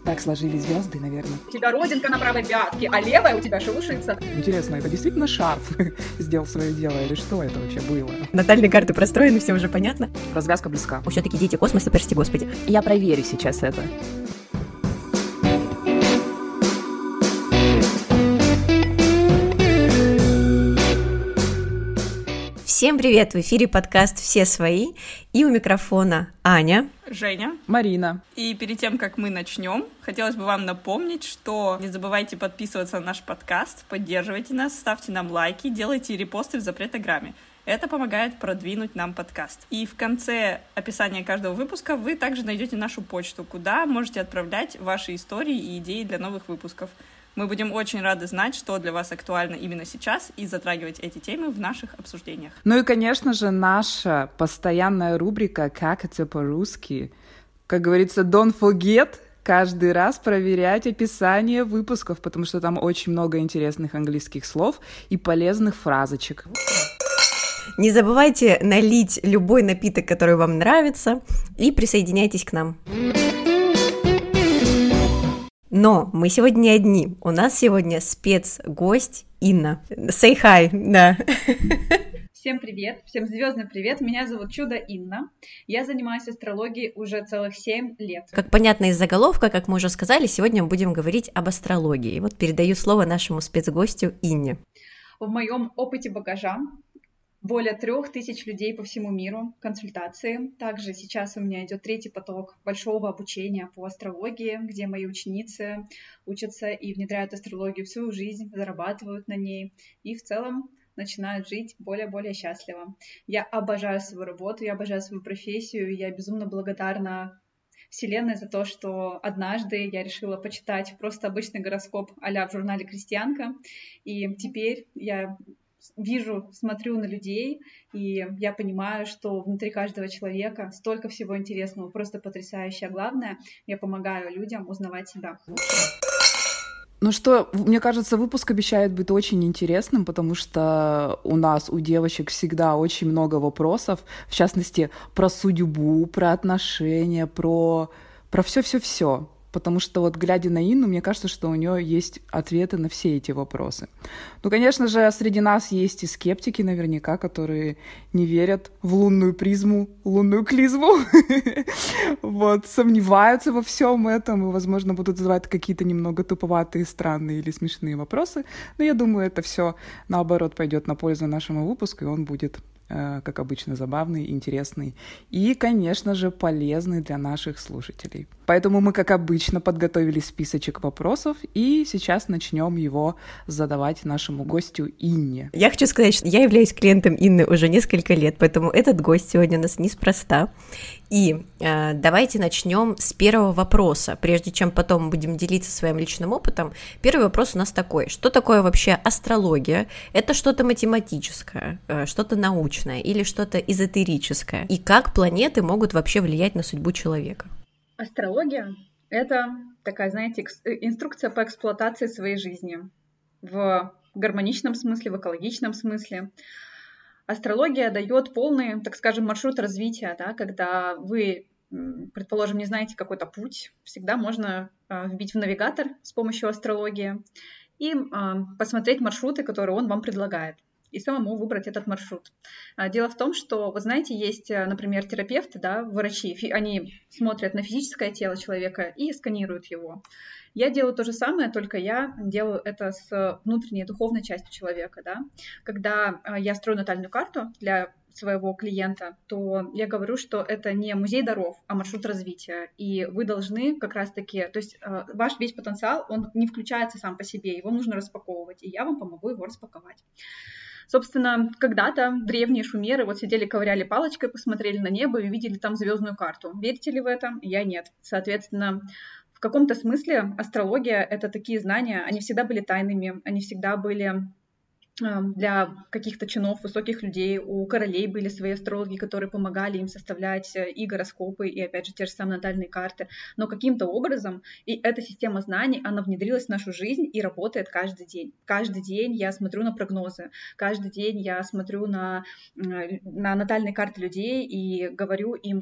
Так сложились звезды, наверное. У тебя родинка на правой пятке, а левая у тебя шелушится. Интересно, это действительно шарф сделал свое дело, или что это вообще было? Натальные карты простроены, все уже понятно. Развязка близка. Все-таки дети космоса, прости господи. Я проверю сейчас это. Всем привет! В эфире подкаст «Все свои». И у микрофона Аня, Женя, Марина. И перед тем, как мы начнем, хотелось бы вам напомнить, что не забывайте подписываться на наш подкаст, поддерживайте нас, ставьте нам лайки, делайте репосты в запретограмме. Это помогает продвинуть нам подкаст. И в конце описания каждого выпуска вы также найдете нашу почту, куда можете отправлять ваши истории и идеи для новых выпусков. Мы будем очень рады знать, что для вас актуально именно сейчас, и затрагивать эти темы в наших обсуждениях. Ну и, конечно же, наша постоянная рубрика «Как это по-русски?». Как говорится, don't forget каждый раз проверять описание выпусков, потому что там очень много интересных английских слов и полезных фразочек. Не забывайте налить любой напиток, который вам нравится, и присоединяйтесь к нам. Но мы сегодня не одни. У нас сегодня спецгость Инна. Say hi, да. Всем привет, всем звездный привет. Меня зовут Чудо Инна. Я занимаюсь астрологией уже целых 7 лет. Как понятно из заголовка, как мы уже сказали, сегодня мы будем говорить об астрологии. Вот передаю слово нашему спецгостю Инне. В моем опыте багажа более 3000 людей по всему миру, консультации. Также сейчас у меня идет 3-й поток большого обучения по астрологии, где мои ученицы учатся и внедряют астрологию в свою жизнь, зарабатывают на ней и в целом начинают жить более-более счастливо. Я обожаю свою работу, я обожаю свою профессию, я безумно благодарна Вселенной за то, что однажды я решила почитать просто обычный гороскоп а-ля в журнале «Крестьянка», и теперь я смотрю на людей, и я понимаю, что внутри каждого человека столько всего интересного, просто потрясающе. А главное, я помогаю людям узнавать себя. Ну что, мне кажется, выпуск обещает быть очень интересным, потому что у нас, у девочек, всегда очень много вопросов, в частности, про судьбу, про отношения, про все-все-все. Потому что вот глядя на Инну, мне кажется, что у нее есть ответы на все эти вопросы. Ну, конечно же, среди нас есть и скептики наверняка, которые не верят в лунную призму, лунную клизму, вот, сомневаются во всем этом и, возможно, будут задавать какие-то немного туповатые, странные или смешные вопросы. Но я думаю, это все, наоборот, пойдет на пользу нашему выпуску, и он будет, как обычно, забавный, интересный и, конечно же, полезный для наших слушателей. Поэтому мы, как обычно, подготовили списочек вопросов, и сейчас начнем его задавать нашему гостю Инне. Я хочу сказать, что я являюсь клиентом Инны уже несколько лет, поэтому этот гость сегодня у нас неспроста. И давайте начнем с первого вопроса. Прежде чем потом будем делиться своим личным опытом, первый вопрос у нас такой. Что такое вообще астрология? Это что-то математическое, что-то научное или что-то эзотерическое? И как планеты могут вообще влиять на судьбу человека? Астрология — это такая, знаете, инструкция по эксплуатации своей жизни в гармоничном смысле, в экологичном смысле. Астрология дает полный, так скажем, маршрут развития, да, когда вы, предположим, не знаете какой-то путь, всегда можно вбить в навигатор с помощью астрологии и посмотреть маршруты, которые он вам предлагает, и самому выбрать этот маршрут. Дело в том, что, вы знаете, есть, например, терапевты, да, врачи, они смотрят на физическое тело человека и сканируют его. Я делаю то же самое, только я делаю это с внутренней духовной частью человека. Да? Когда я строю натальную карту для своего клиента, то я говорю, что это не музей даров, а маршрут развития. И вы должны как раз-таки, то есть ваш весь потенциал, он не включается сам по себе, его нужно распаковывать, и я вам помогу его распаковать. Собственно, когда-то древние шумеры вот сидели, ковыряли палочкой, посмотрели на небо и увидели там звездную карту. Верите ли в это? Я нет. Соответственно, в каком-то смысле астрология — это такие знания, они всегда были тайными, они всегда были для каких-то чинов, высоких людей. У королей были свои астрологи, которые помогали им составлять и гороскопы, и, опять же, те же самые натальные карты. Но каким-то образом и эта система знаний, она внедрилась в нашу жизнь и работает каждый день. Каждый день я смотрю на прогнозы, каждый день я смотрю на натальные карты людей и говорю им,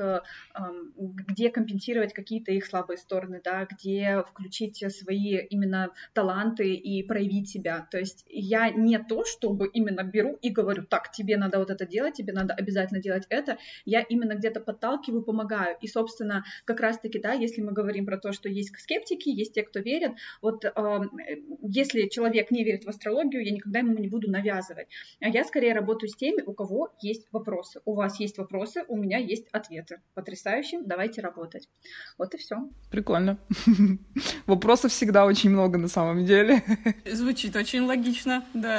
где компенсировать какие-то их слабые стороны, да, где включить свои именно таланты и проявить себя. То есть я не то, чтобы именно беру и говорю, так, тебе надо вот это делать, тебе надо обязательно делать это, я именно где-то подталкиваю, помогаю. И, собственно, как раз-таки, да, если мы говорим про то, что есть скептики, есть те, кто верит, вот если человек не верит в астрологию, я никогда ему не буду навязывать. А я скорее работаю с теми, у кого есть вопросы. У вас есть вопросы, у меня есть ответы. Потрясающе, давайте работать. Вот и все. Прикольно. Вопросов всегда очень много на самом деле. Звучит очень логично, да.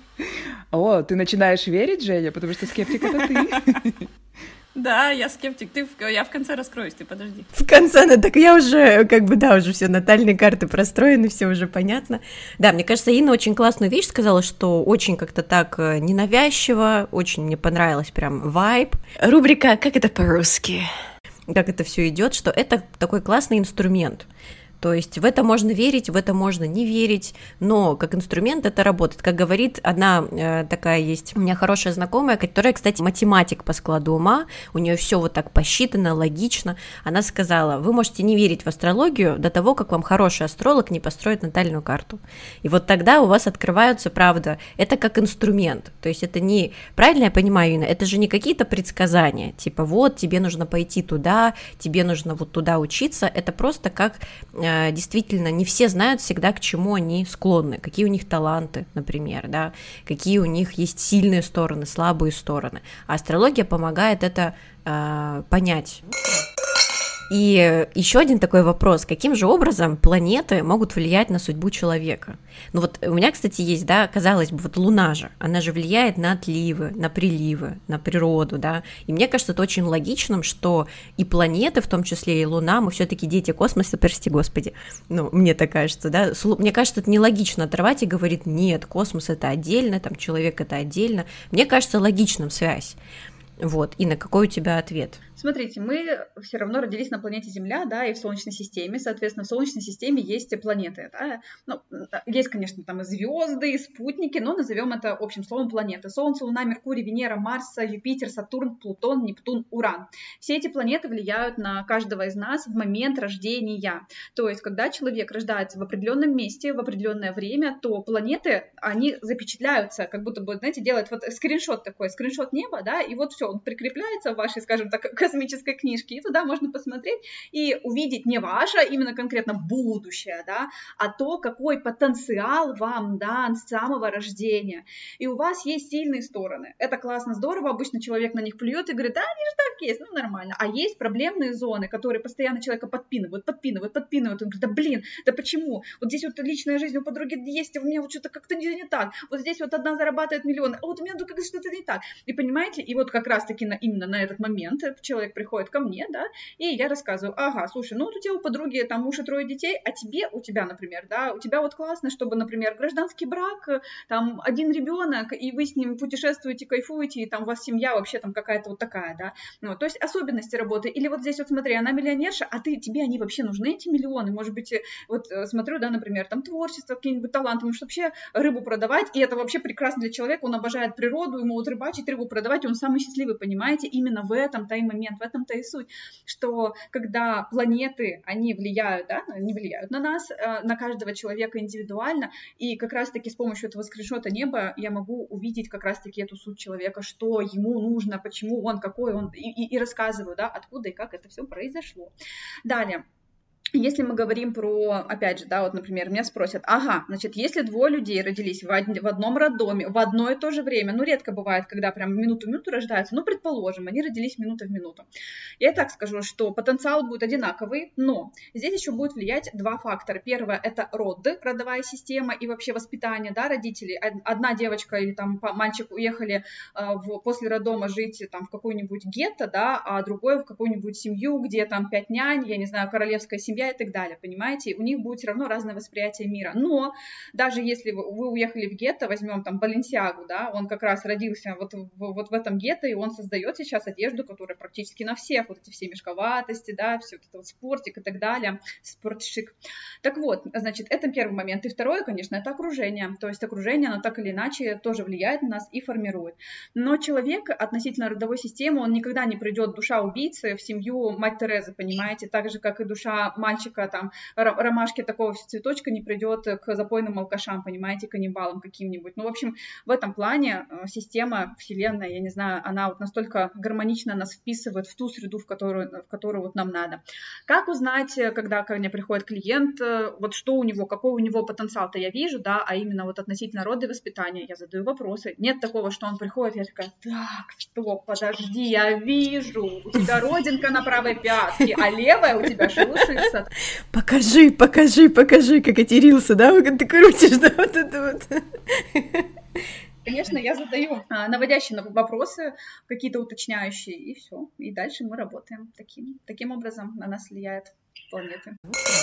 О, ты начинаешь верить, Женя, потому что скептик — это ты. Да, я скептик. Я в конце раскроюсь, ты подожди. В конце, ну так я уже, уже все натальные карты простроены, все уже понятно. Да, мне кажется, Инна очень классную вещь сказала, что очень как-то так ненавязчиво, очень мне понравилось прям вайб. Рубрика «Как это по-русски?» Как это все идет, что это такой классный инструмент. То есть в это можно верить, в это можно не верить, но как инструмент это работает. Как говорит одна такая есть у меня хорошая знакомая, которая, кстати, математик по складу ума, у нее все вот так посчитано, логично. Она сказала, вы можете не верить в астрологию до того, как вам хороший астролог не построит натальную карту. И вот тогда у вас открываются, правда, это как инструмент. То есть это не, правильно я понимаю, Инна, это же не какие-то предсказания, типа вот тебе нужно пойти туда, тебе нужно вот туда учиться, это просто как... Действительно, не все знают всегда, к чему они склонны, какие у них таланты, например, да, какие у них есть сильные стороны, слабые стороны. А астрология помогает это понять. И еще один такой вопрос, каким же образом планеты могут влиять на судьбу человека? Ну вот у меня, кстати, есть, да, казалось бы, вот Луна же, она же влияет на отливы, на приливы, на природу, да, и мне кажется, это очень логичным, что и планеты, в том числе и Луна, мы все-таки дети космоса, прости господи, ну, мне так кажется, да, мне кажется, это нелогично отрывать и говорить, нет, космос это отдельно, там, человек это отдельно, мне кажется, логичным связь. Вот, Инна, какой у тебя ответ? Смотрите, мы все равно родились на планете Земля, да, и в Солнечной системе, соответственно, в Солнечной системе есть планеты, да, ну, есть, конечно, там и звезды, и спутники, но назовем это общим словом планеты. Солнце, Луна, Меркурий, Венера, Марс, Юпитер, Сатурн, Плутон, Нептун, Уран. Все эти планеты влияют на каждого из нас в момент рождения. То есть, когда человек рождается в определенном месте, в определенное время, то планеты, они запечатляются, как будто бы, знаете, делают вот скриншот такой, скриншот неба, да, и вот все, он прикрепляется в вашей, скажем так, космической книжки, и туда можно посмотреть и увидеть не ваше, именно конкретно будущее, да, а то, какой потенциал вам дан с самого рождения. И у вас есть сильные стороны. Это классно, здорово, обычно человек на них плюет и говорит, да, они же так есть, ну нормально. А есть проблемные зоны, которые постоянно человека подпинывают. Он говорит, да блин, да почему? Вот здесь вот личная жизнь у подруги есть, а у меня вот что-то как-то не так. Вот здесь вот одна зарабатывает миллионы, а вот у меня тут как-то что-то не так. И понимаете, и вот как раз-таки именно на этот момент человек приходит ко мне, да, и я рассказываю, ага, слушай, ну вот у тебя у подруги там муж и 3 детей, а у тебя, например, да, у тебя вот классно, чтобы, например, гражданский брак, там 1 ребенок, и вы с ним путешествуете, кайфуете, и там у вас семья вообще там какая-то вот такая, да, ну, то есть особенности работы, или вот здесь вот смотри, она миллионерша, а тебе они вообще нужны, эти миллионы, может быть, вот смотрю, да, например, там творчество, какие-нибудь таланты, может вообще рыбу продавать, и это вообще прекрасно для человека, он обожает природу, ему вот рыбачить, рыбу продавать, и он самый счастливый, понимаете, именно в этом-то и момент, в этом-то и суть, что когда планеты, они влияют, да, не влияют на нас, на каждого человека индивидуально, и как раз-таки с помощью этого скриншота неба я могу увидеть как раз-таки эту суть человека, что ему нужно, почему он, какой он, и рассказываю, да, откуда и как это все произошло. Далее. Если мы говорим про, опять же, да, вот, например, меня спросят, ага, значит, если 2 людей родились в одном роддоме в одно и то же время, ну, редко бывает, когда прям минуту в минуту рождаются, ну, предположим, они родились минута в минуту. Я так скажу, что потенциал будет одинаковый, но здесь еще будет влиять 2 фактора. Первое – это родовая система и вообще воспитание, да, родителей. Одна девочка или там мальчик уехали после роддома жить там в какую-нибудь гетто, да, а другой в какую-нибудь семью, где там 5 нянь, я не знаю, королевская семья, семья и так далее, понимаете? У них будет все равно разное восприятие мира. Но даже если вы уехали в гетто, возьмем там Баленсиагу, да, он как раз родился вот в этом гетто, и он создает сейчас одежду, которая практически на всех, вот эти все мешковатости, да, все вот это вот спортик и так далее, спортшик. Так вот, значит, это первый момент. И второе, конечно, это окружение. То есть окружение, оно так или иначе тоже влияет на нас и формирует. Но человек относительно родовой системы, он никогда не придет, душа убийцы, в семью мать Терезы, понимаете, так же, как и душа мальчика, там, ромашки такого цветочка не придет к запойным алкашам, понимаете, каннибалам каким-нибудь. Ну, в общем, в этом плане система, вселенная, я не знаю, она вот настолько гармонично нас вписывает в ту среду, в которую вот нам надо. Как узнать, когда ко мне приходит клиент, вот что у него, какой у него потенциал-то я вижу, да, а именно вот относительно рода и воспитания, я задаю вопросы. Нет такого, что он приходит, я такая, так, стоп, подожди, я вижу, у тебя родинка на правой пятке, а левая у тебя шелушится. Покажи, как эти рилсы, да, как ты крутишь, да, вот это вот. Конечно, я задаю наводящие вопросы, какие-то уточняющие, и все. И дальше мы работаем таким образом, на нас влияет планеты.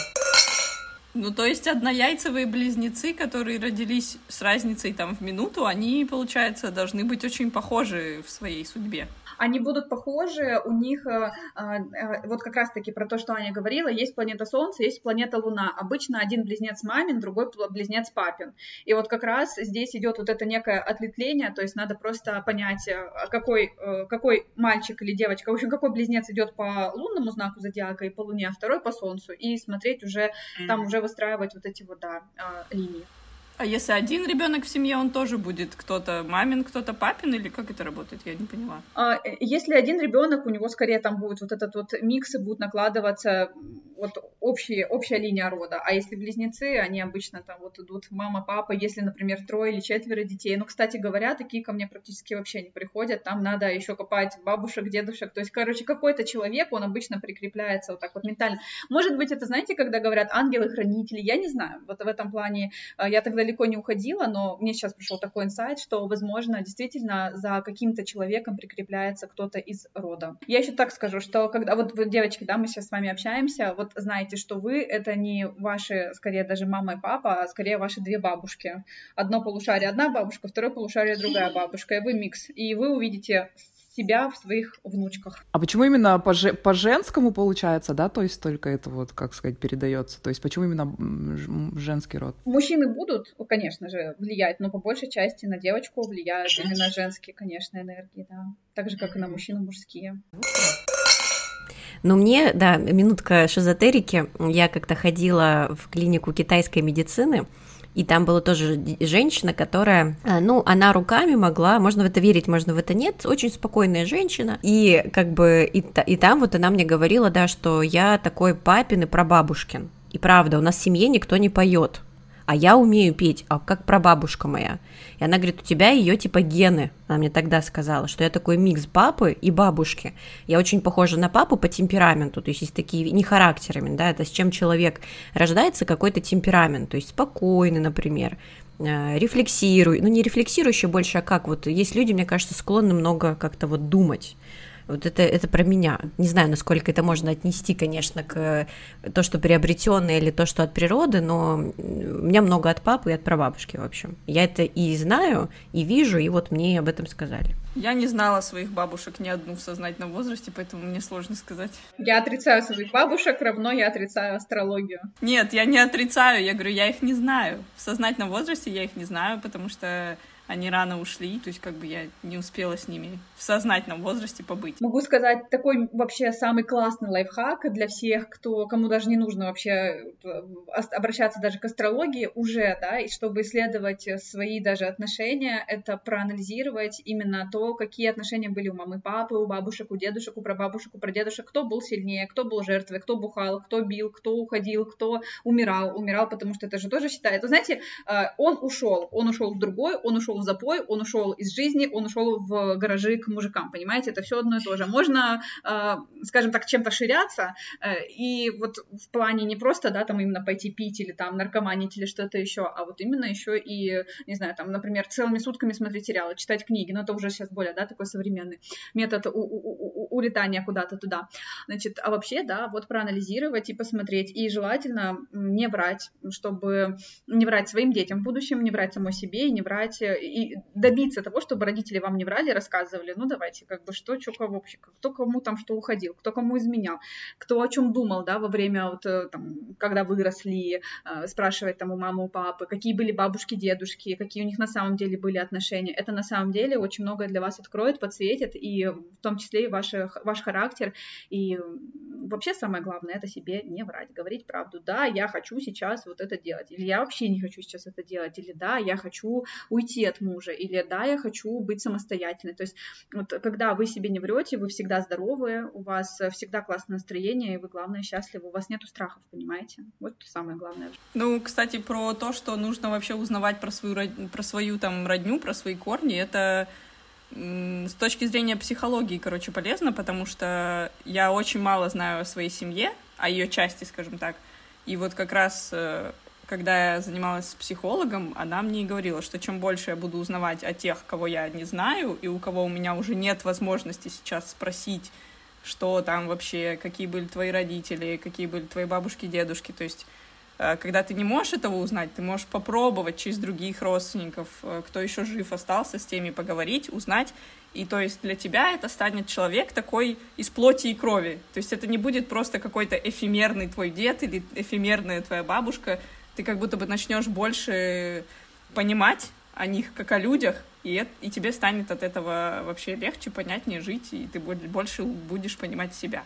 Ну, то есть однояйцевые близнецы, которые родились с разницей там в минуту, они, получается, должны быть очень похожи в своей судьбе. Они будут похожи, у них, вот как раз-таки про то, что Аня говорила, есть планета Солнце, есть планета Луна. Обычно один близнец мамин, другой близнец папин. И вот как раз здесь идет вот это некое ответвление, то есть надо просто понять, какой мальчик или девочка, в общем, какой близнец идет по лунному знаку зодиака и по Луне, а второй по Солнцу, и смотреть уже, там уже выстраивать вот эти вот, линии. А если один ребенок в семье, он тоже будет кто-то мамин, кто-то папин, или как это работает? Я не поняла. Если один ребенок, у него скорее там будет вот этот вот микс, и будут накладываться вот общая линия рода. А если близнецы, они обычно там вот идут мама, папа, если, например, 3 или 4 детей. Ну, кстати говоря, такие ко мне практически вообще не приходят. Там надо еще копать бабушек, дедушек. То есть, короче, какой-то человек, он обычно прикрепляется вот так вот ментально. Может быть, это, знаете, когда говорят ангелы-хранители, я не знаю. Вот в этом плане я тогда далеко не уходила, но мне сейчас пришел такой инсайт, что, возможно, действительно за каким-то человеком прикрепляется кто-то из рода. Я еще так скажу, что когда вот вы, девочки, да, мы сейчас с вами общаемся, вот знаете, что вы — это не ваши, скорее даже мама и папа, а скорее ваши 2 бабушки. Одно полушарие одна бабушка, второе полушарие другая бабушка, и вы микс. И вы увидите себя в своих внучках. А почему именно по женскому получается, да, то есть только это вот, как сказать, передается? То есть почему именно женский род? Мужчины будут, конечно же, влиять, но по большей части на девочку влияют именно женские, конечно, энергии, да. Так же, как и на мужчину мужские. Ну, мне, да, минутка шизотерики. Я как-то ходила в клинику китайской медицины, и там была тоже женщина, которая, ну, она руками могла, можно в это верить, можно в это нет, очень спокойная женщина, и как бы, и там вот она мне говорила, да, что я такой папин и прабабушкин, и правда, у нас в семье никто не поет, а я умею петь, как прабабушка моя. И она говорит, у тебя ее типа гены. Она мне тогда сказала, что я такой микс папы и бабушки. Я очень похожа на папу по темпераменту, то есть есть такие, не характерами, да, это с чем человек рождается, какой-то темперамент, то есть спокойный, например, рефлексируй, ну не рефлексирующий больше, а как вот, есть люди, мне кажется, склонны много как-то вот думать. Вот это про меня. Не знаю, насколько это можно отнести, конечно, к то, что приобретенное или то, что от природы, но у меня много от папы и от прабабушки, в общем. Я это и знаю, и вижу, и вот мне об этом сказали. Я не знала своих бабушек ни одну в сознательном возрасте, поэтому мне сложно сказать. Я отрицаю своих бабушек, равно я отрицаю астрологию. Нет, я не отрицаю, я говорю, я их не знаю. В сознательном возрасте я их не знаю, потому что они рано ушли, то есть как бы я не успела с ними в сознательном возрасте побыть. Могу сказать, такой вообще самый классный лайфхак для всех, кому даже не нужно вообще обращаться даже к астрологии уже, да, и чтобы исследовать свои даже отношения, это проанализировать именно то, какие отношения были у мамы, папы, у бабушек, у дедушек, у прабабушек, у прадедушек, кто был сильнее, кто был жертвой, кто бухал, кто бил, кто уходил, кто умирал, потому что это же тоже считается. Знаете, он ушел в другой, он ушел в запой, он ушел из жизни, он ушел в гаражи к мужикам, понимаете, это все одно и то же. Можно, скажем так, чем-то ширяться, и вот в плане не просто, да, там именно пойти пить или там наркоманить или что-то еще, а вот именно еще и, не знаю, там, например, целыми сутками смотреть сериалы, читать книги, но это уже сейчас более, да, такой современный метод улетания куда-то туда. Значит, а вообще, да, вот проанализировать и посмотреть, и желательно не врать, чтобы не врать своим детям в будущем, не врать самой себе, и не врать, и добиться того, чтобы родители вам не врали, рассказывали, ну давайте, как бы, что кого вообще, кто кому там что уходил, кто кому изменял, кто о чем думал, да, во время, вот, там, когда выросли, спрашивать там у мамы, у папы, какие были бабушки, дедушки, какие у них на самом деле были отношения. Это на самом деле очень многое для вас откроет, подсветит, и в том числе и ваш характер. И вообще самое главное — это себе не врать, говорить правду. Да, я хочу сейчас вот это делать, или я вообще не хочу сейчас это делать, или да, я хочу уйти от мужа, или да, я хочу быть самостоятельной. То есть вот, когда вы себе не врете, вы всегда здоровы, у вас всегда классное настроение, и вы, главное, счастливы, у вас нету страхов, понимаете? Вот самое главное. Ну, кстати, про то, что нужно вообще узнавать про свою там родню, про свои корни, это с точки зрения психологии, короче, полезно, потому что я очень мало знаю о своей семье, о ее части, скажем так. И вот как раз, когда я занималась с психологом, она мне и говорила, что чем больше я буду узнавать о тех, кого я не знаю, и у кого у меня уже нет возможности сейчас спросить, что там вообще, какие были твои родители, какие были твои бабушки, дедушки, то есть когда ты не можешь этого узнать, ты можешь попробовать через других родственников, кто еще жив остался, с теми поговорить, узнать. И то есть для тебя это станет человек такой из плоти и крови. То есть это не будет просто какой-то эфемерный твой дед или эфемерная твоя бабушка. Ты как будто бы начнешь больше понимать о них как о людях, и тебе станет от этого вообще легче, понятнее жить, и ты больше будешь понимать себя.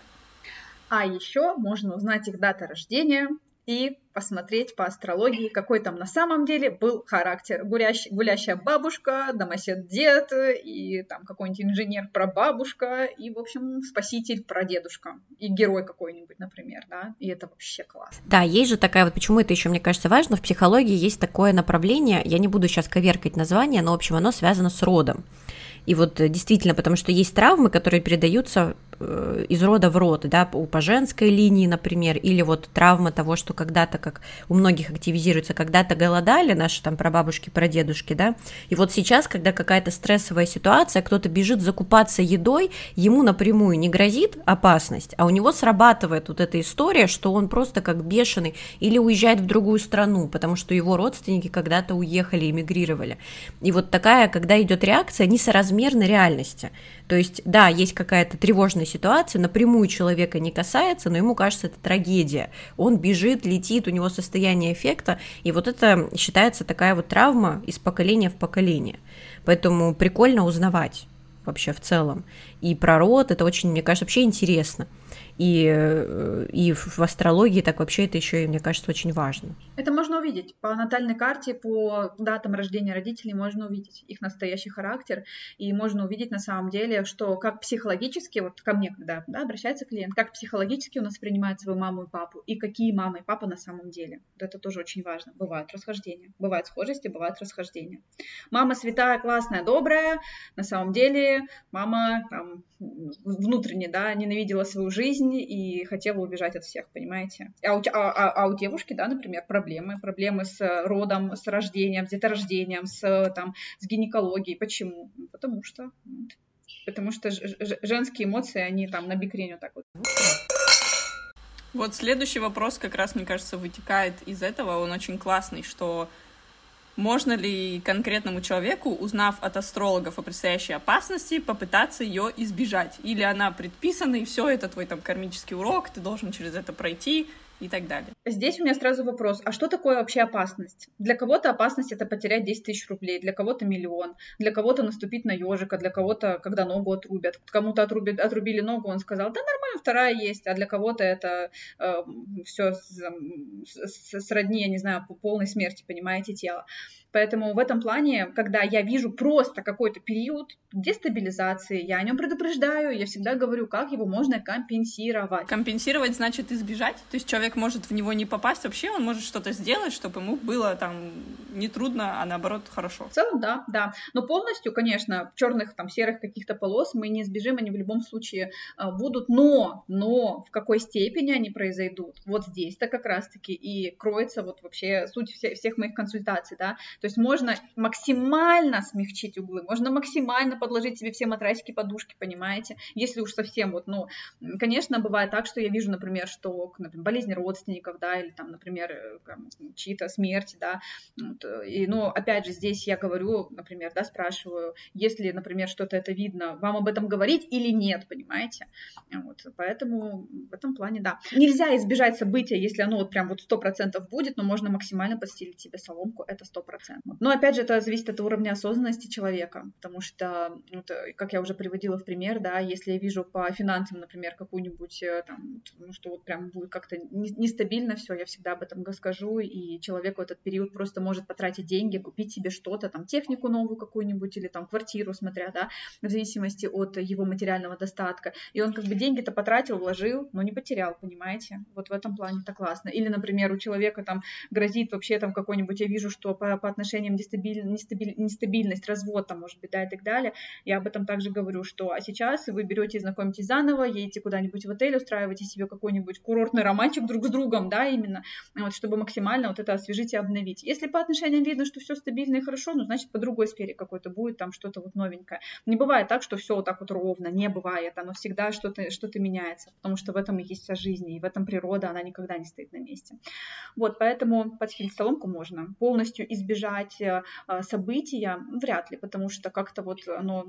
А еще можно узнать их даты рождения и посмотреть по астрологии, какой там на самом деле был характер. Гулящая бабушка, домосед-дед, и там какой-нибудь инженер-прабабушка, и, в общем, спаситель-прадедушка, и герой какой-нибудь, например, да, и это вообще классно. Да, есть же такая вот, почему это еще, мне кажется, важно, в психологии есть такое направление, я не буду сейчас коверкать название, но, в общем, оно связано с родом. И вот действительно, потому что есть травмы, которые передаются из рода в род, да, по женской линии, например, или вот травма того, что когда-то, как у многих активизируется, когда-то голодали наши там прабабушки, прадедушки, да, и вот сейчас, когда какая-то стрессовая ситуация, кто-то бежит закупаться едой, ему напрямую не грозит опасность, а у него срабатывает вот эта история, что он просто как бешеный или уезжает в другую страну, потому что его родственники когда-то уехали, эмигрировали. И вот такая, когда идет реакция, несоразмерна реальности. То есть, да, есть какая-то тревожная ситуация, напрямую человека не касается, но ему кажется, это трагедия. Он бежит, летит, у него состояние эффекта, и вот это считается такая вот травма из поколения в поколение. Поэтому прикольно узнавать вообще в целом. И про род это очень, мне кажется, вообще интересно. И в астрологии так вообще это еще, мне кажется, очень важно. Это можно увидеть по натальной карте, по датам рождения родителей можно увидеть их настоящий характер, и можно увидеть на самом деле, что как психологически, вот ко мне, когда обращается клиент, как психологически он воспринимает свою маму и папу, и какие мама и папа на самом деле. Вот это тоже очень важно. Бывают расхождения, бывают схожести, бывают расхождения. Мама святая, классная, добрая, на самом деле мама там внутренне, да, ненавидела свою жизнь и хотела убежать от всех, понимаете? А у девушки, да, например, проблемы с родом, с рождением, с деторождением, с гинекологией. Почему? Потому что женские эмоции, они там на бикрень вот так вот. Вот следующий вопрос как раз, мне кажется, вытекает из этого, он очень классный, что можно ли конкретному человеку, узнав от астрологов о предстоящей опасности, попытаться ее избежать? Или она предписана, и все, это твой там кармический урок, ты должен через это пройти и так далее? Здесь у меня сразу вопрос, а что такое вообще опасность? Для кого-то опасность — это потерять 10 тысяч рублей, для кого-то миллион, для кого-то наступить на ежика, для кого-то, когда ногу отрубят. Кому-то отрубили ногу, он сказал, да нормально, вторая есть, а для кого-то это все сродни, я не знаю, полной смерти, понимаете, тела. Поэтому в этом плане, когда я вижу просто какой-то период дестабилизации, я о нем предупреждаю, я всегда говорю, как его можно компенсировать. Компенсировать значит избежать? То есть человек человек может в него не попасть вообще, он может что-то сделать, чтобы ему было там не трудно, а наоборот хорошо. В целом, да. Но полностью, конечно, черных, там, серых каких-то полос мы не избежим, они в любом случае будут, но в какой степени они произойдут, вот здесь-то как раз-таки и кроется вот вообще суть всех моих консультаций, да, то есть можно максимально смягчить углы, можно максимально подложить себе все матрасики, подушки, понимаете, если уж совсем вот, конечно, бывает так, что я вижу, например, что, например, болезнь родственников, да, или там, например, чьи-то смерти, да, и, опять же, здесь я говорю, например, да, спрашиваю, если, например, что-то это видно, вам об этом говорить или нет, понимаете, вот, поэтому в этом плане, да. Нельзя избежать события, если оно вот прям вот 100% будет, но можно максимально подстелить себе соломку, это 100%. Но, опять же, это зависит от уровня осознанности человека, потому что, как я уже приводила в пример, да, если я вижу по финансам, например, какую-нибудь, там, что вот прям будет как-то нестабильно все, я всегда об этом скажу, и человек в этот период просто может потратить деньги, купить себе что-то, там, технику новую какую-нибудь или там квартиру, смотря, да, в зависимости от его материального достатка. И он как бы деньги-то потратил, вложил, но не потерял, понимаете? Вот в этом плане это классно. Или, например, у человека там грозит вообще там какой-нибудь, я вижу, что по отношениям нестабильность, развод там, может быть, да, и так далее. Я об этом также говорю, что а сейчас вы берете и знакомитесь заново, едете куда-нибудь в отель, устраиваете себе какой-нибудь курортный романчик друг с другом, да, именно, вот, чтобы максимально вот это освежить и обновить. Если по отношениям видно, что все стабильно и хорошо, значит, по другой сфере какой-то будет там что-то вот новенькое. Не бывает так, что все вот так вот ровно, не бывает, оно всегда что-то меняется, потому что в этом и есть вся жизнь, и в этом природа, она никогда не стоит на месте. Вот, поэтому подстелить соломку можно. Полностью избежать события вряд ли, потому что как-то вот оно,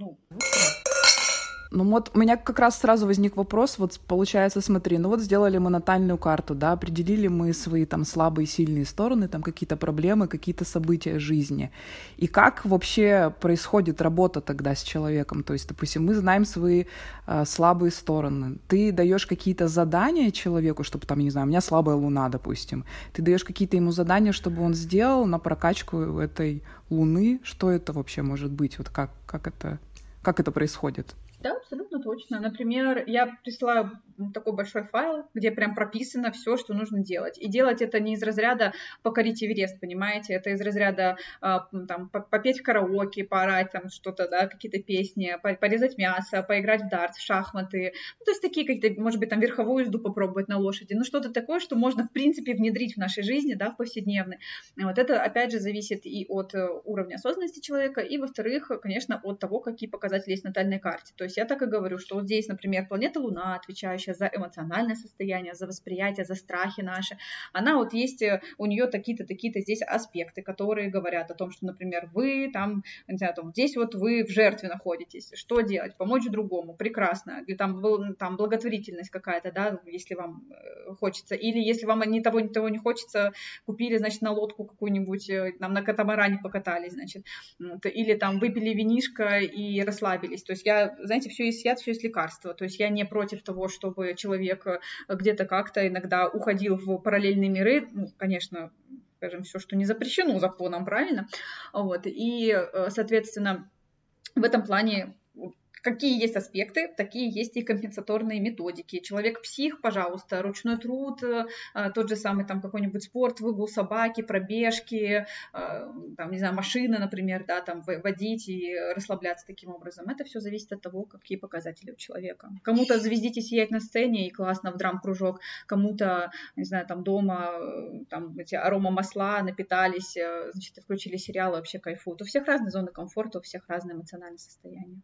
вот у меня как раз сразу возник вопрос, вот получается, смотри, вот сделали мы натальную карту, да, определили мы свои там слабые и сильные стороны, там какие-то проблемы, какие-то события жизни. И как вообще происходит работа тогда с человеком? То есть, допустим, мы знаем свои слабые стороны. Ты даешь какие-то задания человеку, чтобы там, не знаю, у меня слабая луна, допустим. Ты даешь какие-то ему задания, чтобы он сделал на прокачку этой луны. Что это вообще может быть? Вот как это происходит? Да, абсолютно точно. Например, я присылаю такой большой файл, где прям прописано все, что нужно делать. И делать это не из разряда покорить Эверест, понимаете? Это из разряда там, попеть в караоке, поорать там что-то, да, какие-то песни, порезать мясо, поиграть в дартс, в шахматы. То есть такие какие-то, может быть, там верховую езду попробовать на лошади. Что-то такое, что можно, в принципе, внедрить в нашей жизни, да, в повседневной. Вот это, опять же, зависит и от уровня осознанности человека, и, во-вторых, конечно, от того, какие показатели есть в натальной карте. То есть я так и говорю, что вот здесь, например, планета Луна, отвечающая за эмоциональное состояние, за восприятие, за страхи наши, она вот есть, у нее такие-то здесь аспекты, которые говорят о том, что, например, вы там, не знаю, там, здесь вот вы в жертве находитесь, что делать? Помочь другому, прекрасно, или там благотворительность какая-то, да, если вам хочется, или если вам ни того не хочется, купили, значит, на лодку какую-нибудь, там, на катамаране покатались, значит, или там выпили винишко и расслабились, то есть я, знаете, все есть яд, все есть лекарство, то есть я не против того, чтобы человек где-то как-то иногда уходил в параллельные миры, конечно, скажем, все, что не запрещено законом, правильно, вот, и, соответственно, в этом плане какие есть аспекты, такие есть и компенсаторные методики. Человек-псих, пожалуйста, ручной труд, тот же самый там какой-нибудь спорт, выгул собаки, пробежки, там, не знаю, машины, например, да, там водить и расслабляться таким образом. Это все зависит от того, какие показатели у человека. Кому-то звездить и сиять на сцене и классно в драм-кружок, кому-то, не знаю, там дома, там эти аромамасла напитались, значит, включили сериал, вообще кайфуют. У всех разные зоны комфорта, у всех разное эмоциональное состояние.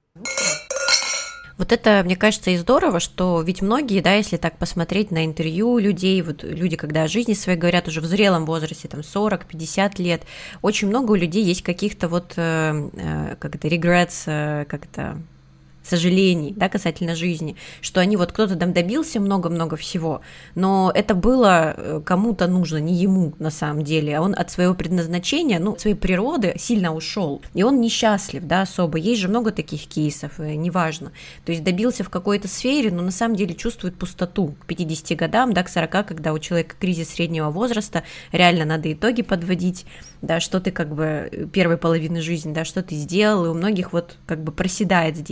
Вот это, мне кажется, и здорово, что ведь многие, да, если так посмотреть на интервью людей, вот люди, когда о жизни своей говорят уже в зрелом возрасте, там 40-50 лет, очень много у людей есть каких-то вот, как это, regrets, как это, сожалений, да, касательно жизни, что они вот кто-то там добился много-много всего, но это было кому-то нужно, не ему на самом деле, а он от своего предназначения, от своей природы сильно ушел, и он несчастлив, да, особо. Есть же много таких кейсов, неважно. То есть добился в какой-то сфере, но на самом деле чувствует пустоту к 50 годам, да, к 40, когда у человека кризис среднего возраста, реально надо итоги подводить, да, что ты как бы первой половины жизни, да, что ты сделал, и у многих вот как бы проседает здесь.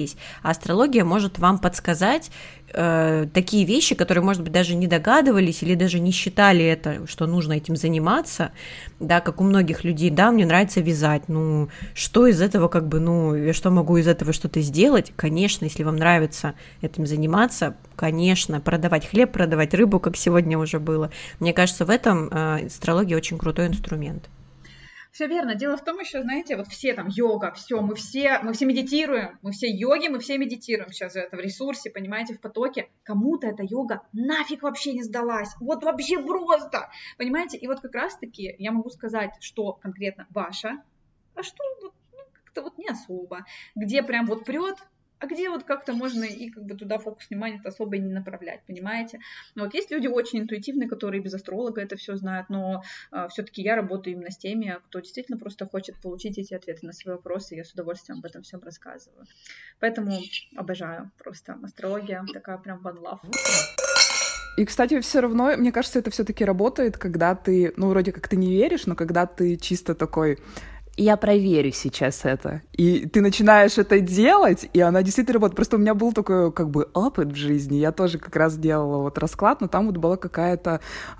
а астрология может вам подсказать такие вещи, которые, может быть, даже не догадывались или даже не считали это, что нужно этим заниматься, да, как у многих людей, да, мне нравится вязать, ну, что из этого, как бы, ну, я что могу из этого что-то сделать? Конечно, если вам нравится этим заниматься, конечно, продавать хлеб, продавать рыбу, как сегодня уже было. Мне кажется, в этом астрология очень крутой инструмент. Все верно. Дело в том еще, знаете, вот все там йога, мы все медитируем, мы все йоги, мы все медитируем сейчас это в ресурсе, понимаете, в потоке. Кому-то эта йога нафиг вообще не сдалась, вот вообще просто, понимаете. И вот как раз-таки я могу сказать, что конкретно ваша, а что вот, ну, как-то вот не особо, где прям вот прет, а где вот как-то можно и как бы туда фокус внимания особо и не направлять, понимаете? Но вот есть люди очень интуитивные, которые без астролога это все знают, но все-таки я работаю именно с теми, кто действительно просто хочет получить эти ответы на свои вопросы, и я с удовольствием об этом всем рассказываю. Поэтому обожаю просто астрология, такая прям one love. И, кстати, все равно, мне кажется, это все-таки работает, когда ты, ну, вроде как ты не веришь, но когда ты чисто такой... Я проверю сейчас это. И ты начинаешь это делать, и она действительно работает. Просто у меня был такой, как бы, опыт в жизни. Я тоже как раз делала вот расклад, но там вот была какая-то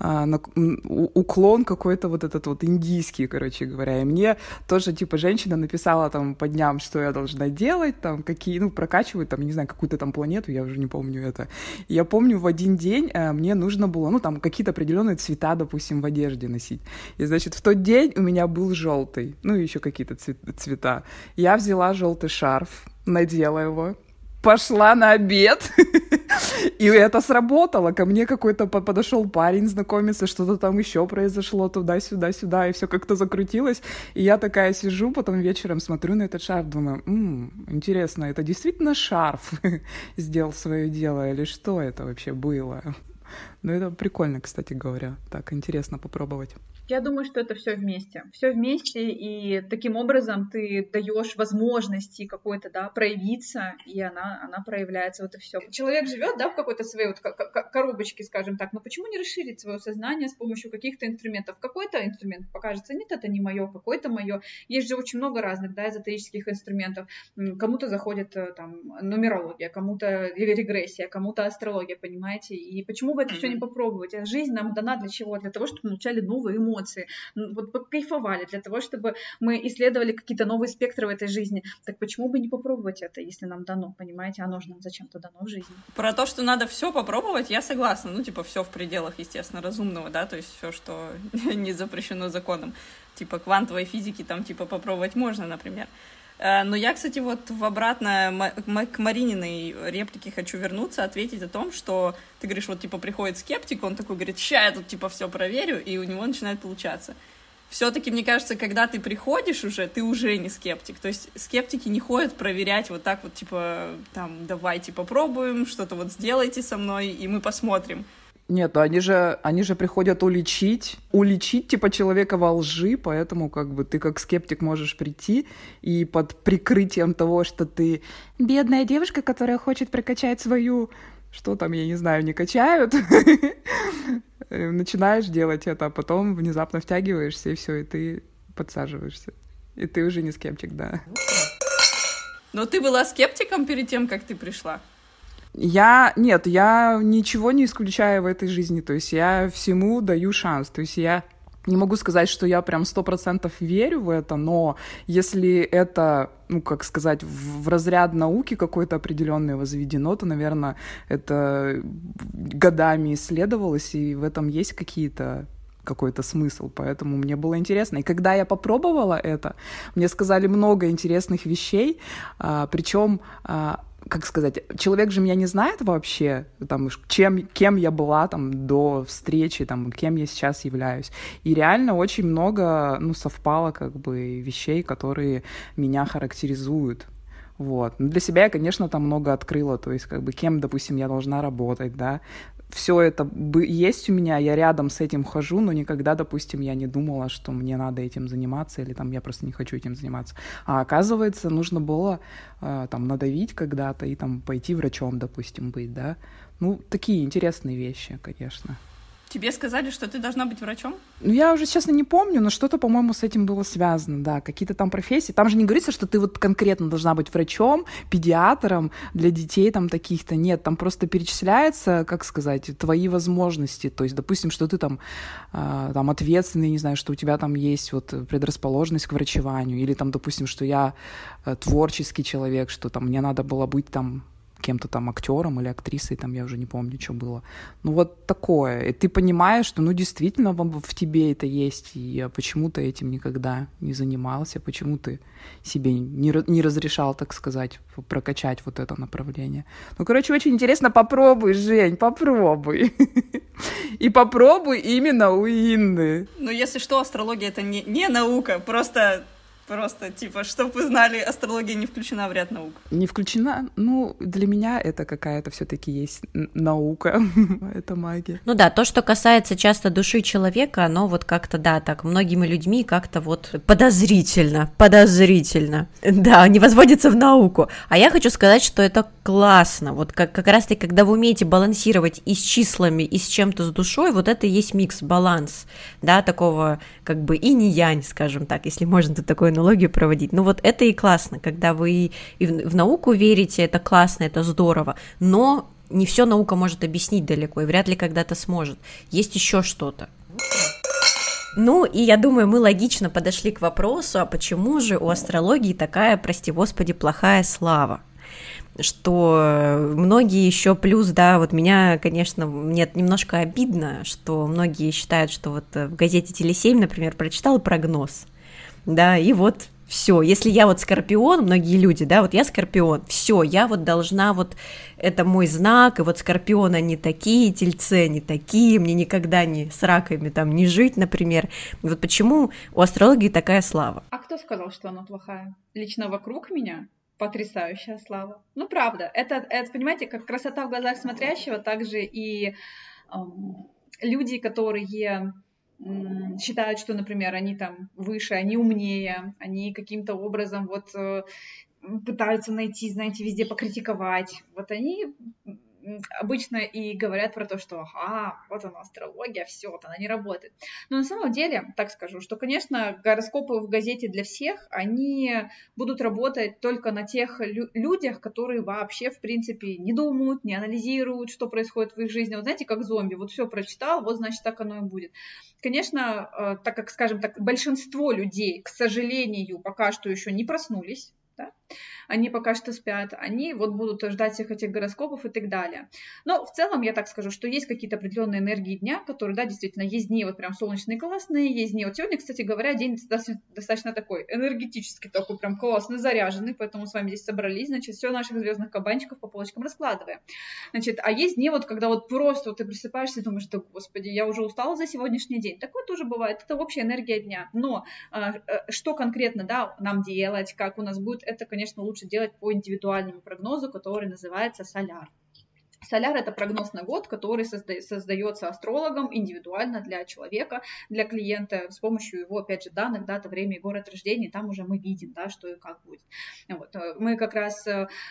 уклон какой-то вот этот вот индийский, короче говоря. И мне тоже, типа, женщина написала там по дням, что я должна делать, там, какие, ну, прокачивают, там, не знаю, какую-то там планету, я уже не помню это. И я помню, в один день мне нужно было, ну, там, какие-то определенные цвета, допустим, в одежде носить. И, значит, в тот день у меня был желтый, ну, еще какие-то цвета. Я взяла желтый шарф, надела его, пошла на обед, и это сработало. Ко мне какой-то подошел парень знакомиться, что-то там еще произошло туда-сюда, и все как-то закрутилось. И я такая сижу, потом вечером смотрю на этот шарф, думаю, интересно, это действительно шарф сделал свое дело, или что это вообще было? Ну, это прикольно, кстати говоря. Так, интересно попробовать. Я думаю, что это все вместе. Все вместе, и таким образом ты даешь возможности какой-то, да, проявиться, и она проявляется. Вот и все. Человек живет, да, в какой-то своей вот коробочке, скажем так, но почему не расширить свое сознание с помощью каких-то инструментов? Какой-то инструмент покажется, нет, это не мое, какой-то мое. Есть же очень много разных, да, эзотерических инструментов. Кому-то заходит там нумерология, кому-то регрессия, кому-то астрология, понимаете? И почему бы это все не попробовать? Жизнь нам дана для чего? Для того, чтобы мы получали новые эмоции. Вот покайфовали, для того, чтобы мы исследовали какие-то новые спектры в этой жизни. Так почему бы не попробовать это, если нам дано, понимаете? Оно же нам зачем-то дано в жизни. Про то, что надо все попробовать, я согласна. Ну, типа, все в пределах, естественно, разумного, да, то есть все, что не запрещено законом. Типа, квантовой физики там, типа, попробовать можно, например. Но я, кстати, вот в обратно к Марининой реплике хочу вернуться, ответить о том, что ты говоришь, вот, типа, приходит скептик, он такой говорит, ща я тут, типа, все проверю, и у него начинает получаться. Все-таки, мне кажется, когда ты приходишь уже, ты уже не скептик. То есть скептики не ходят проверять вот так вот, типа, там, давайте попробуем, что-то вот сделайте со мной, и мы посмотрим. Нет, ну они же приходят уличить типа человека во лжи, поэтому как бы ты как скептик можешь прийти и под прикрытием того, что ты бедная девушка, которая хочет прокачать свою, что там, я не знаю, не качают, начинаешь делать это, а потом внезапно втягиваешься, и все, и ты подсаживаешься. И ты уже не скептик, да. Но ты была скептиком перед тем, как ты пришла? Я ничего не исключаю в этой жизни, то есть я всему даю шанс, то есть я не могу сказать, что я прям 100% верю в это, но если это, ну, как сказать, в разряд науки какой-то определенный возведено, то, наверное, это годами исследовалось, и в этом есть какой-то смысл, поэтому мне было интересно. И когда я попробовала это, мне сказали много интересных вещей, причем как сказать, человек же меня не знает вообще, там, кем я была там, до встречи, там, кем я сейчас являюсь. И реально очень много, ну, совпало как бы вещей, которые меня характеризуют. Вот. Но для себя я, конечно, там много открыла, то есть, как бы, кем, допустим, я должна работать, да. Все это есть у меня, я рядом с этим хожу, но никогда, допустим, я не думала, что мне надо этим заниматься, или там я просто не хочу этим заниматься. А оказывается, нужно было там надавить когда-то и там пойти врачом, допустим, быть, да. Ну, такие интересные вещи, конечно. Тебе сказали, что ты должна быть врачом? Ну, я уже, честно, не помню, но что-то, по-моему, с этим было связано, да, какие-то там профессии. Там же не говорится, что ты вот конкретно должна быть врачом, педиатром для детей там таких-то. Нет, там просто перечисляется, как сказать, твои возможности. То есть, допустим, что ты там ответственный, не знаю, что у тебя там есть вот предрасположенность к врачеванию, или там, допустим, что я творческий человек, что там мне надо было быть там кем-то там актером или актрисой, там я уже не помню, что было. Ну вот такое. И ты понимаешь, что ну действительно в тебе это есть, и почему ты этим никогда не занимался, почему ты себе не разрешал, так сказать, прокачать вот это направление. Ну, короче, очень интересно. Попробуй, Жень, попробуй. И попробуй именно у Инны. Ну, если что, астрология — это не наука, просто, типа, чтобы вы знали, астрология не включена в ряд наук. Не включена? Ну, для меня это какая-то все-таки есть наука, это магия. Ну да, то, что касается часто души человека, оно вот как-то, да, так многими людьми как-то вот подозрительно, да, не возводится в науку. А я хочу сказать, что это классно, вот как раз-таки, когда вы умеете балансировать и с числами, и с чем-то с душой, вот это и есть микс, баланс, да, такого как бы инь-янь, скажем так, если можно тут такую аналогию проводить. Ну вот это и классно, когда вы и в науку верите, это классно, это здорово, но не все наука может объяснить далеко, и вряд ли когда-то сможет. Есть еще что-то. Ну, и я думаю, мы логично подошли к вопросу, а почему же у астрологии такая, прости господи, плохая слава? Что многие еще плюс, да, вот меня, конечно, мне немножко обидно, что многие считают, что вот в газете «Теле7», например, прочитал прогноз, да, и вот все, если я вот Скорпион, многие люди, да, вот я Скорпион, все, я вот должна вот, это мой знак, и вот Скорпионы они такие, Тельцы они такие, мне никогда не с раками там не жить, например. Вот почему у астрологии такая слава? А кто сказал, что она плохая? Лично вокруг меня потрясающая слава. Ну, правда, это понимаете, как красота в глазах смотрящего, также и люди, которые считают, что, например, они там выше, они умнее, они каким-то образом вот пытаются найти, знаете, везде покритиковать. Вот они обычно и говорят про то, что ага, вот она астрология, все, вот она не работает. Но на самом деле, так скажу, что, конечно, гороскопы в газете для всех, они будут работать только на тех людях, которые вообще, в принципе, не думают, не анализируют, что происходит в их жизни. Вот знаете, как зомби, вот все прочитал, вот значит так оно и будет. Конечно, так как, скажем так, большинство людей, к сожалению, пока что еще не проснулись, да? Они пока что спят, они вот будут ждать всех этих гороскопов и так далее. Но в целом я так скажу, что есть какие-то определенные энергии дня, которые, да, действительно, есть дни вот прям солнечные, классные, есть дни. Вот сегодня, кстати говоря, день достаточно такой энергетический, такой прям классный, заряженный, поэтому с вами здесь собрались, значит, все наших звездных кабанчиков по полочкам раскладываем. Значит, а есть дни вот, когда вот просто вот ты просыпаешься и думаешь, да, господи, я уже устала за сегодняшний день. Такое тоже бывает, это общая энергия дня. Но что конкретно, да, нам делать, как у нас будет, это, конечно, лучше делать по индивидуальному прогнозу, который называется соляр. Соляр — это прогноз на год, который создается астрологом индивидуально для человека, для клиента, с помощью его, опять же, данных, дата, время и город рождения, там уже мы видим, да, что и как будет. Вот. Мы как раз,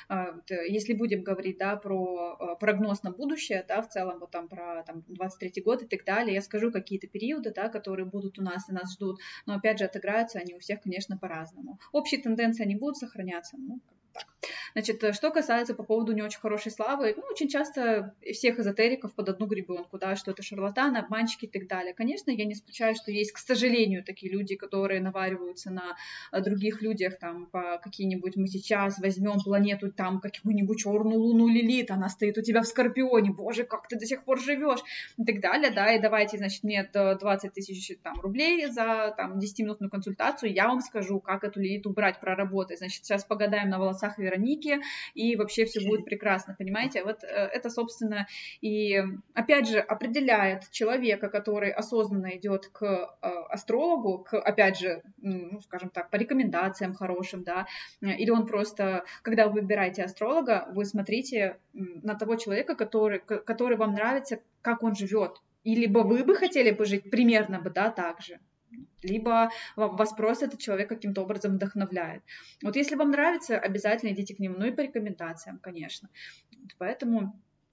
если будем говорить, да, про прогноз на будущее, да, в целом, вот там про 23-й год и так далее, я скажу какие-то периоды, да, которые будут у нас и нас ждут, но, опять же, отыграются они у всех, конечно, по-разному. Общие тенденции, они будут сохраняться, ну, так. Значит, что касается по поводу не очень хорошей славы, ну, очень часто всех эзотериков под одну гребенку, да, что это шарлатаны, обманщики и так далее. Конечно, я не исключаю, что есть, к сожалению, такие люди, которые навариваются на других людях, там, по какие-нибудь, мы сейчас возьмем планету, там, какую-нибудь черную луну Лилит, она стоит у тебя в Скорпионе, боже, как ты до сих пор живешь, и так далее, да, и давайте, значит, мне 20 тысяч там, рублей за, там, 10-минутную консультацию, я вам скажу, как эту Лилит убрать, проработать, значит, сейчас погадаем на волосах Вероники, и вообще все будет прекрасно, понимаете? Вот это, собственно, и опять же определяет человека, который осознанно идет к астрологу, опять же, ну, скажем так, по рекомендациям хорошим, да, или он просто, когда вы выбираете астролога, вы смотрите на того человека, который вам нравится, как он живет, и либо вы бы хотели бы жить примерно бы, да, так же, либо вас просто этот человек каким-то образом вдохновляет. Вот если вам нравится, обязательно идите к нему, ну и по рекомендациям, конечно. Поэтому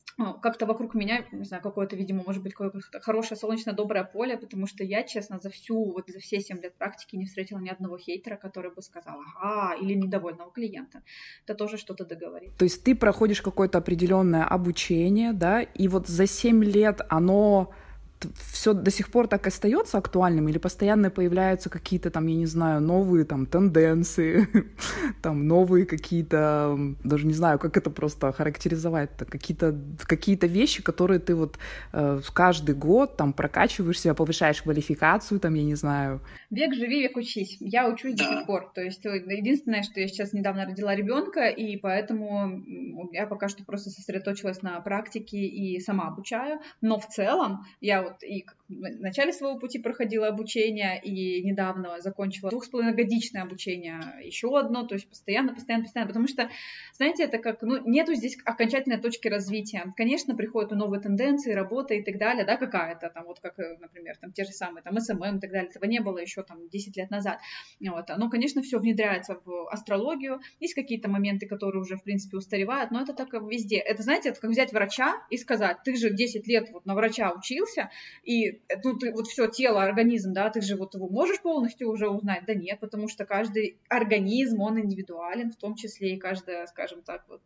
как-то вокруг меня, не знаю, какое-то, видимо, может быть, какое-то хорошее, солнечное, доброе поле, потому что я, честно, за все 7 лет практики не встретила ни одного хейтера, который бы сказал «ага», или недовольного клиента. Это тоже что-то договорит. То есть ты проходишь какое-то определенное обучение, да, и вот за 7 лет оно все до сих пор так остается актуальным или постоянно появляются какие-то там, я не знаю, новые там тенденции, там новые какие-то, даже не знаю, как это просто характеризовать-то, какие-то вещи, которые ты вот каждый год там прокачиваешься, повышаешь квалификацию, там, я не знаю. Век живи, век учись. Я учусь до сих пор. То есть единственное, что я сейчас недавно родила ребенка, и поэтому я пока что просто сосредоточилась на практике и сама обучаю. Но в целом я вот и в начале своего пути проходила обучение, и недавно закончила 2,5-годичное обучение еще одно, то есть постоянно, потому что, знаете, это как, нету здесь окончательной точки развития. Конечно, приходят новые тенденции, работа и так далее, да, какая-то там, вот как, например, там те же самые, там, СММ и так далее, этого не было еще там 10 лет назад. Вот. Оно, конечно, все внедряется в астрологию, есть какие-то моменты, которые уже, в принципе, устаревают, но это так везде. Это, знаете, это как взять врача и сказать, ты же 10 лет вот на врача учился, и ты вот все тело, организм, да, ты же вот его можешь полностью уже узнать? Да нет, потому что каждый организм, он индивидуален, в том числе и каждая, скажем так, вот,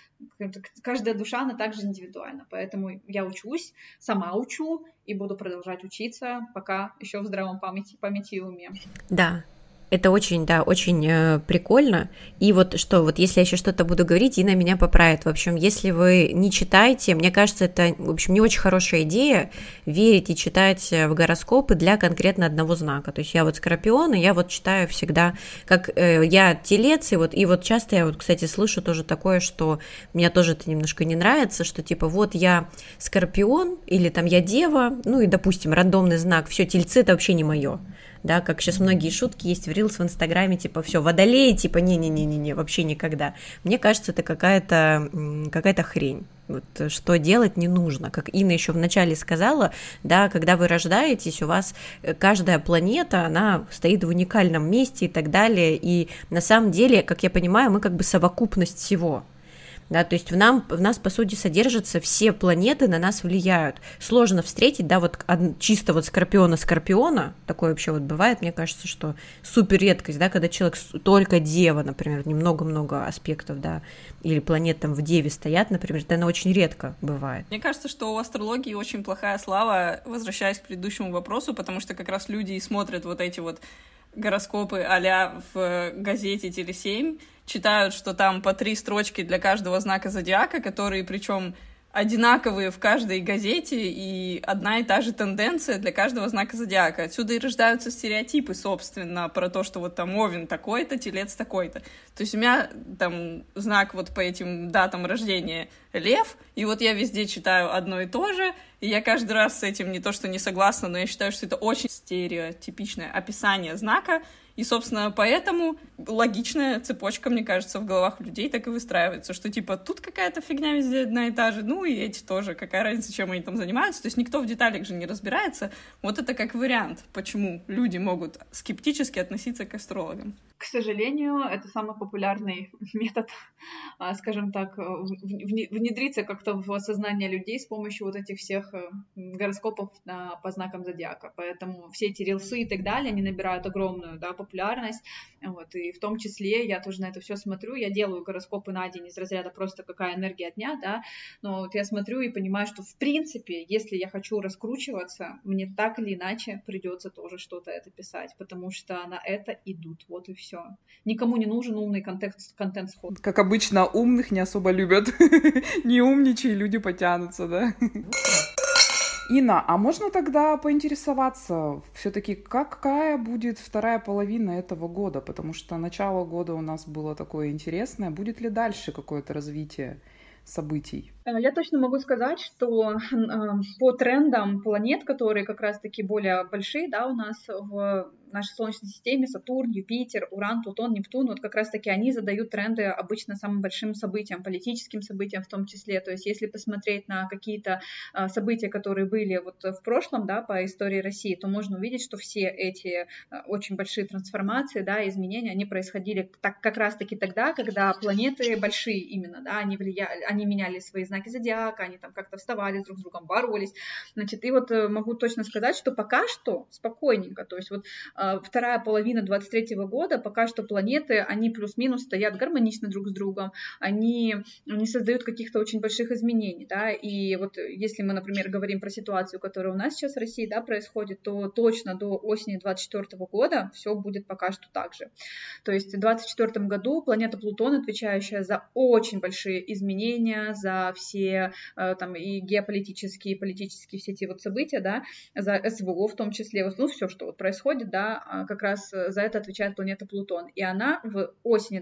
каждая душа, она также индивидуальна. Поэтому я учусь, сама учу и буду продолжать учиться, пока еще в здравом памяти и уме. Да. Это очень, да, очень прикольно. И вот если я еще что-то буду говорить, Инна меня поправит. В общем, если вы не читаете, мне кажется, это, в общем, не очень хорошая идея верить и читать в гороскопы для конкретно одного знака. То есть я вот Скорпион, и я вот читаю всегда, как я Телец, и вот часто я вот, кстати, слышу тоже такое, что мне тоже это немножко не нравится, что типа вот я Скорпион, или там я Дева, ну и, допустим, рандомный знак, все, Тельцы это вообще не мое. Да, как сейчас многие шутки есть в Reels в Инстаграме, типа, все, водолей, типа, не-не-не-не, вообще никогда. Мне кажется, это какая-то хрень. Вот, что делать не нужно. Как Инна еще вначале сказала, да, когда вы рождаетесь, у вас каждая планета, она стоит в уникальном месте и так далее, и на самом деле, как я понимаю, мы как бы совокупность всего. Да, то есть в нас, по сути, содержатся все планеты, на нас влияют. Сложно встретить, да, вот чисто вот Скорпиона, такое вообще вот бывает, мне кажется, что супер редкость, да, когда человек только Дева, например, немного-много аспектов, да, или планет там в Деве стоят, например, это она очень редко бывает. Мне кажется, что у астрологии очень плохая слава, возвращаясь к предыдущему вопросу, потому что как раз люди смотрят вот эти вот гороскопы а-ля в газете «Теле7», читают, что там по 3 строчки для каждого знака зодиака, которые причем одинаковые в каждой газете, и одна и та же тенденция для каждого знака зодиака. Отсюда и рождаются стереотипы, собственно, про то, что вот там Овен такой-то, Телец такой-то. То есть у меня там знак вот по этим датам рождения Лев, и вот я везде читаю одно и то же, и я каждый раз с этим не то что не согласна, но я считаю, что это очень стереотипичное описание знака, и, собственно, поэтому логичная цепочка, мне кажется, в головах людей так и выстраивается, что, типа, тут какая-то фигня везде одна и та же, ну и эти тоже, какая разница, чем они там занимаются, то есть никто в деталях же не разбирается. Вот это как вариант, почему люди могут скептически относиться к астрологам. К сожалению, это самый популярный метод, скажем так, внедриться как-то в сознание людей с помощью вот этих всех гороскопов по знакам зодиака. Поэтому все эти рилсы и так далее, они набирают огромную, да, популярность. Вот, и в том числе я тоже на это все смотрю. Я делаю гороскопы на день из разряда просто какая энергия дня, да. Но вот я смотрю и понимаю, что в принципе, если я хочу раскручиваться, мне так или иначе придется тоже что-то это писать, потому что на это идут. Вот и все. Никому не нужен умный контент-сход. Как обычно, умных не особо любят. Не умничай, люди потянутся, да? Инна, а можно тогда поинтересоваться, все-таки какая будет вторая половина этого года? Потому что начало года у нас было такое интересное. Будет ли дальше какое-то развитие событий? Я точно могу сказать, что по трендам планет, которые как раз-таки более большие, да, у нас в в нашей Солнечной системе Сатурн, Юпитер, Уран, Плутон, Нептун, вот как раз-таки они задают тренды обычно самым большим событиям, политическим событиям в том числе. То есть если посмотреть на какие-то события, которые были вот в прошлом, да, по истории России, то можно увидеть, что все эти очень большие трансформации, да, изменения, они происходили как раз-таки тогда, когда планеты большие именно, да, они меняли свои знаки зодиака, они там как-то вставали друг с другом, боролись. Значит, и вот могу точно сказать, что пока что спокойненько, то есть вот вторая половина 23-го года, пока что планеты, они плюс-минус стоят гармонично друг с другом, они не создают каких-то очень больших изменений, да, и вот если мы, например, говорим про ситуацию, которая у нас сейчас в России, да, происходит, то точно до осени 24-го года все будет пока что так же. То есть в 24-м году планета Плутон, отвечающая за очень большие изменения, за все там и геополитические, и политические все эти вот события, да, за СВО в том числе, ну, все, что вот происходит, да, как раз за это отвечает планета Плутон. И она осенью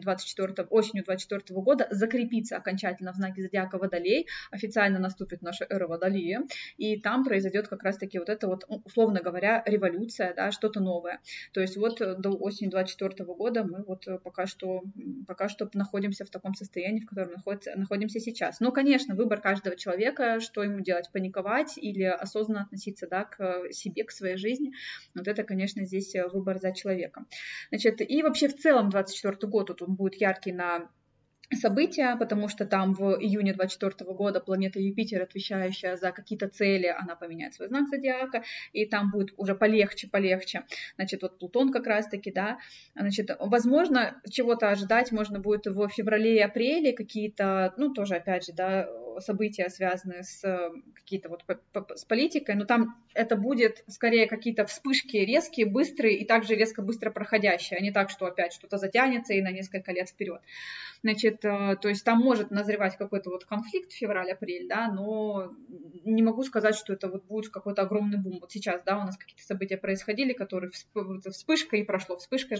24-го года закрепится окончательно в знаке зодиака Водолей, официально наступит наша эра Водолея, и там произойдет как раз-таки вот это вот, условно говоря, революция, да, что-то новое. То есть вот до осени 24-го года мы вот пока что находимся в таком состоянии, в котором находимся сейчас. Но, конечно, выбор каждого человека, что ему делать, паниковать или осознанно относиться, да, к себе, к своей жизни. Вот это, конечно, здесь выбор за человеком. Значит, и вообще в целом 24-й год вот он будет яркий на события, потому что там в июне 24 года планета Юпитер, отвечающая за какие-то цели, она поменяет свой знак зодиака, и там будет уже полегче. Значит, вот Плутон как раз-таки, да, значит, возможно, чего-то ожидать можно будет в феврале и апреле, какие-то, ну, тоже, опять же, да, события, связанные с какие-то вот с политикой, но там это будет скорее какие-то вспышки резкие, быстрые и также резко быстро проходящие, а не так, что опять что-то затянется и на несколько лет вперед. Значит, то есть там может назревать какой-то вот конфликт февраль-апрель, да, но не могу сказать, что это вот будет какой-то огромный бум. Вот сейчас, да, у нас какие-то события происходили, которые вспышка и прошло.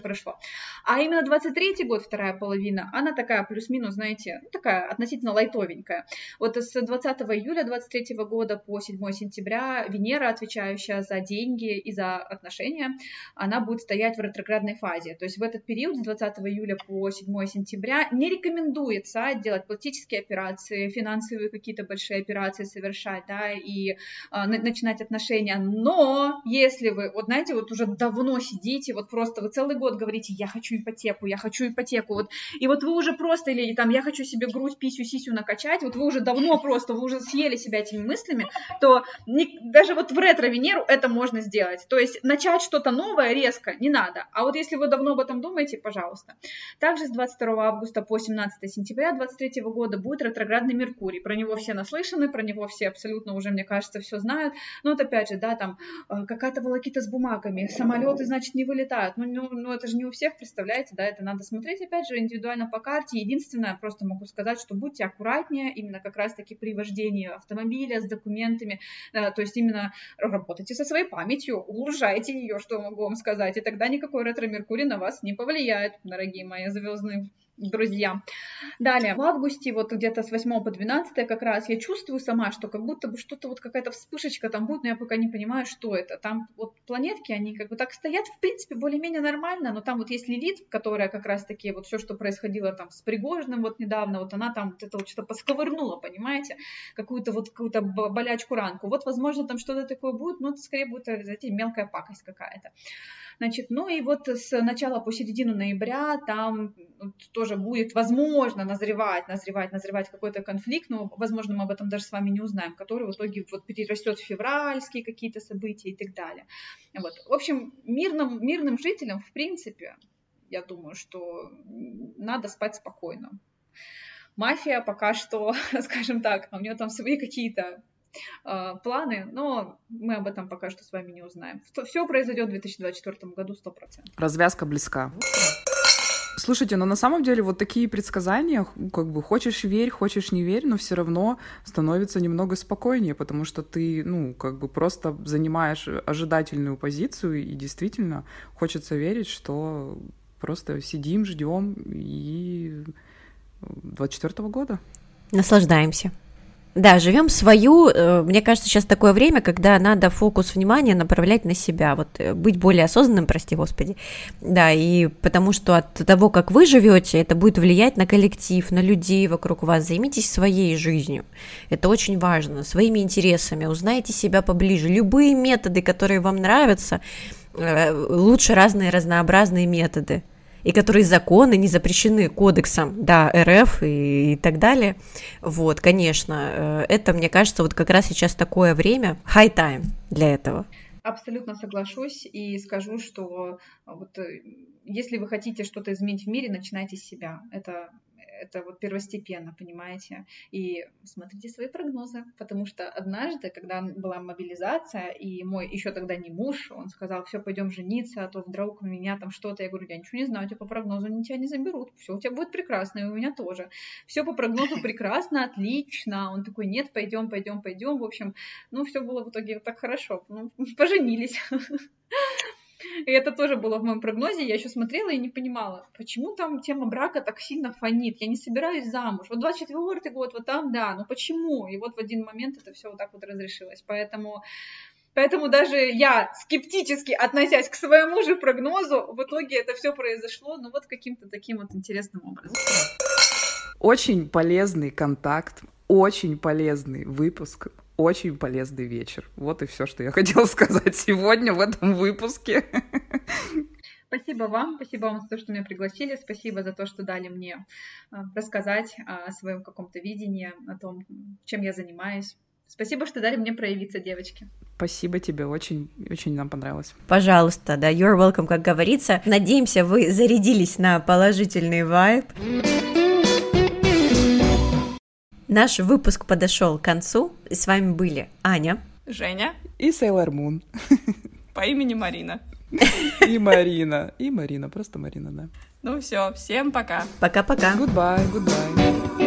А именно 23-й год, вторая половина, она такая плюс-минус, знаете, ну, такая относительно лайтовенькая. Вот с 20 июля 23 года по 7 сентября Венера, отвечающая за деньги и за отношения, она будет стоять в ретроградной фазе. То есть в этот период с 20 июля по 7 сентября не рекомендуется делать пластические операции, финансовые какие-то большие операции совершать, да, и начинать отношения. Но если вы, вот знаете, вот уже давно сидите, вот просто вы целый год говорите, я хочу ипотеку, вот, и вот вы уже просто, или там, я хочу себе грудь, писю, сисю накачать, вот вы уже давно просто, вы уже съели себя этими мыслями, то даже вот в ретро-Венеру это можно сделать. То есть начать что-то новое резко не надо. А вот если вы давно об этом думаете, пожалуйста. Также с 22 августа по 17 сентября 2023 года будет ретроградный Меркурий. Про него все наслышаны, про него все абсолютно уже, мне кажется, все знают. Но вот опять же, да, там какая-то волокита с бумагами, самолеты, значит, не вылетают. Ну, это же не у всех, представляете, да, это надо смотреть, опять же, индивидуально по карте. Единственное, просто могу сказать, что будьте аккуратнее именно как раз-таки при вождении автомобиля с документами, то есть именно работайте со своей памятью, улучшайте ее, что могу вам сказать, и тогда никакой ретро-Меркурий на вас не повлияет, дорогие мои звездные друзья. Далее, в августе, вот где-то с 8 по 12 как раз я чувствую сама, что как будто бы что-то вот какая-то вспышечка там будет, но я пока не понимаю, что это. Там вот планетки, они как бы так стоят, в принципе, более-менее нормально, но там вот есть Лилит, которая как раз-таки вот все, что происходило там с Пригожиным вот недавно, вот она там вот это вот что-то посковырнула, понимаете, какую-то болячку, ранку. Вот, возможно, там что-то такое будет, но это скорее будет, знаете, мелкая пакость какая-то. Значит, ну и вот с начала по середину ноября там тоже будет, возможно, назревать какой-то конфликт, но, возможно, мы об этом даже с вами не узнаем, который в итоге вот перерастет в февральские какие-то события и так далее. Вот. В общем, мирным жителям, в принципе, я думаю, что надо спать спокойно. Мафия пока что, скажем так, у нее там свои какие-то планы, но мы об этом пока что с вами не узнаем. Все произойдет в 2024 году 100%. Развязка близка. Слушайте, но на самом деле вот такие предсказания, как бы хочешь верь, хочешь не верь, но все равно становится немного спокойнее, потому что ты, как бы просто занимаешь ожидательную позицию, и действительно хочется верить, что просто сидим, ждем и 24 года. Наслаждаемся. Да, живем свою. Мне кажется, сейчас такое время, когда надо фокус внимания направлять на себя, вот быть более осознанным, прости господи. Да, и потому что от того, как вы живете, это будет влиять на коллектив, на людей вокруг вас. Займитесь своей жизнью. Это очень важно, своими интересами. Узнайте себя поближе. Любые методы, которые вам нравятся, лучше разные разнообразные методы, и которые законы не запрещены кодексом, да, РФ и так далее. Вот, конечно, это, мне кажется, вот как раз сейчас такое время, high time для этого. Абсолютно соглашусь и скажу, что вот, если вы хотите что-то изменить в мире, начинайте с себя. Это вот первостепенно, понимаете? И смотрите свои прогнозы, потому что однажды, когда была мобилизация, и мой еще тогда не муж, он сказал: все, пойдем жениться, а то вдруг у меня там что-то. Я говорю: я ничего не знаю, тебя по прогнозу тебя не заберут, все у тебя будет прекрасно, и у меня тоже. Все по прогнозу прекрасно, отлично. Он такой: нет, пойдем. В общем, все было в итоге так хорошо. Поженились. И это тоже было в моем прогнозе. Я еще смотрела и не понимала, почему там тема брака так сильно фонит. Я не собираюсь замуж. Вот 24-й год, вот там, да, но почему? И вот в один момент это все вот так вот разрешилось. Поэтому даже я, скептически относясь к своему же прогнозу, в итоге это все произошло, вот каким-то таким вот интересным образом. Очень полезный контакт, очень полезный выпуск. Очень полезный вечер. Вот и все, что я хотела сказать сегодня в этом выпуске. Спасибо вам за то, что меня пригласили. Спасибо за то, что дали мне рассказать о своем каком-то видении, о том, чем я занимаюсь. Спасибо, что дали мне проявиться, девочки. Спасибо тебе, очень, очень нам понравилось. Пожалуйста, да, you're welcome, как говорится. Надеемся, вы зарядились на положительный вайб. Наш выпуск подошел к концу. С вами были Аня, Женя и Sailor Moon. По имени Марина. И Марина, просто Марина, да. Все, всем пока. Пока-пока. Goodbye.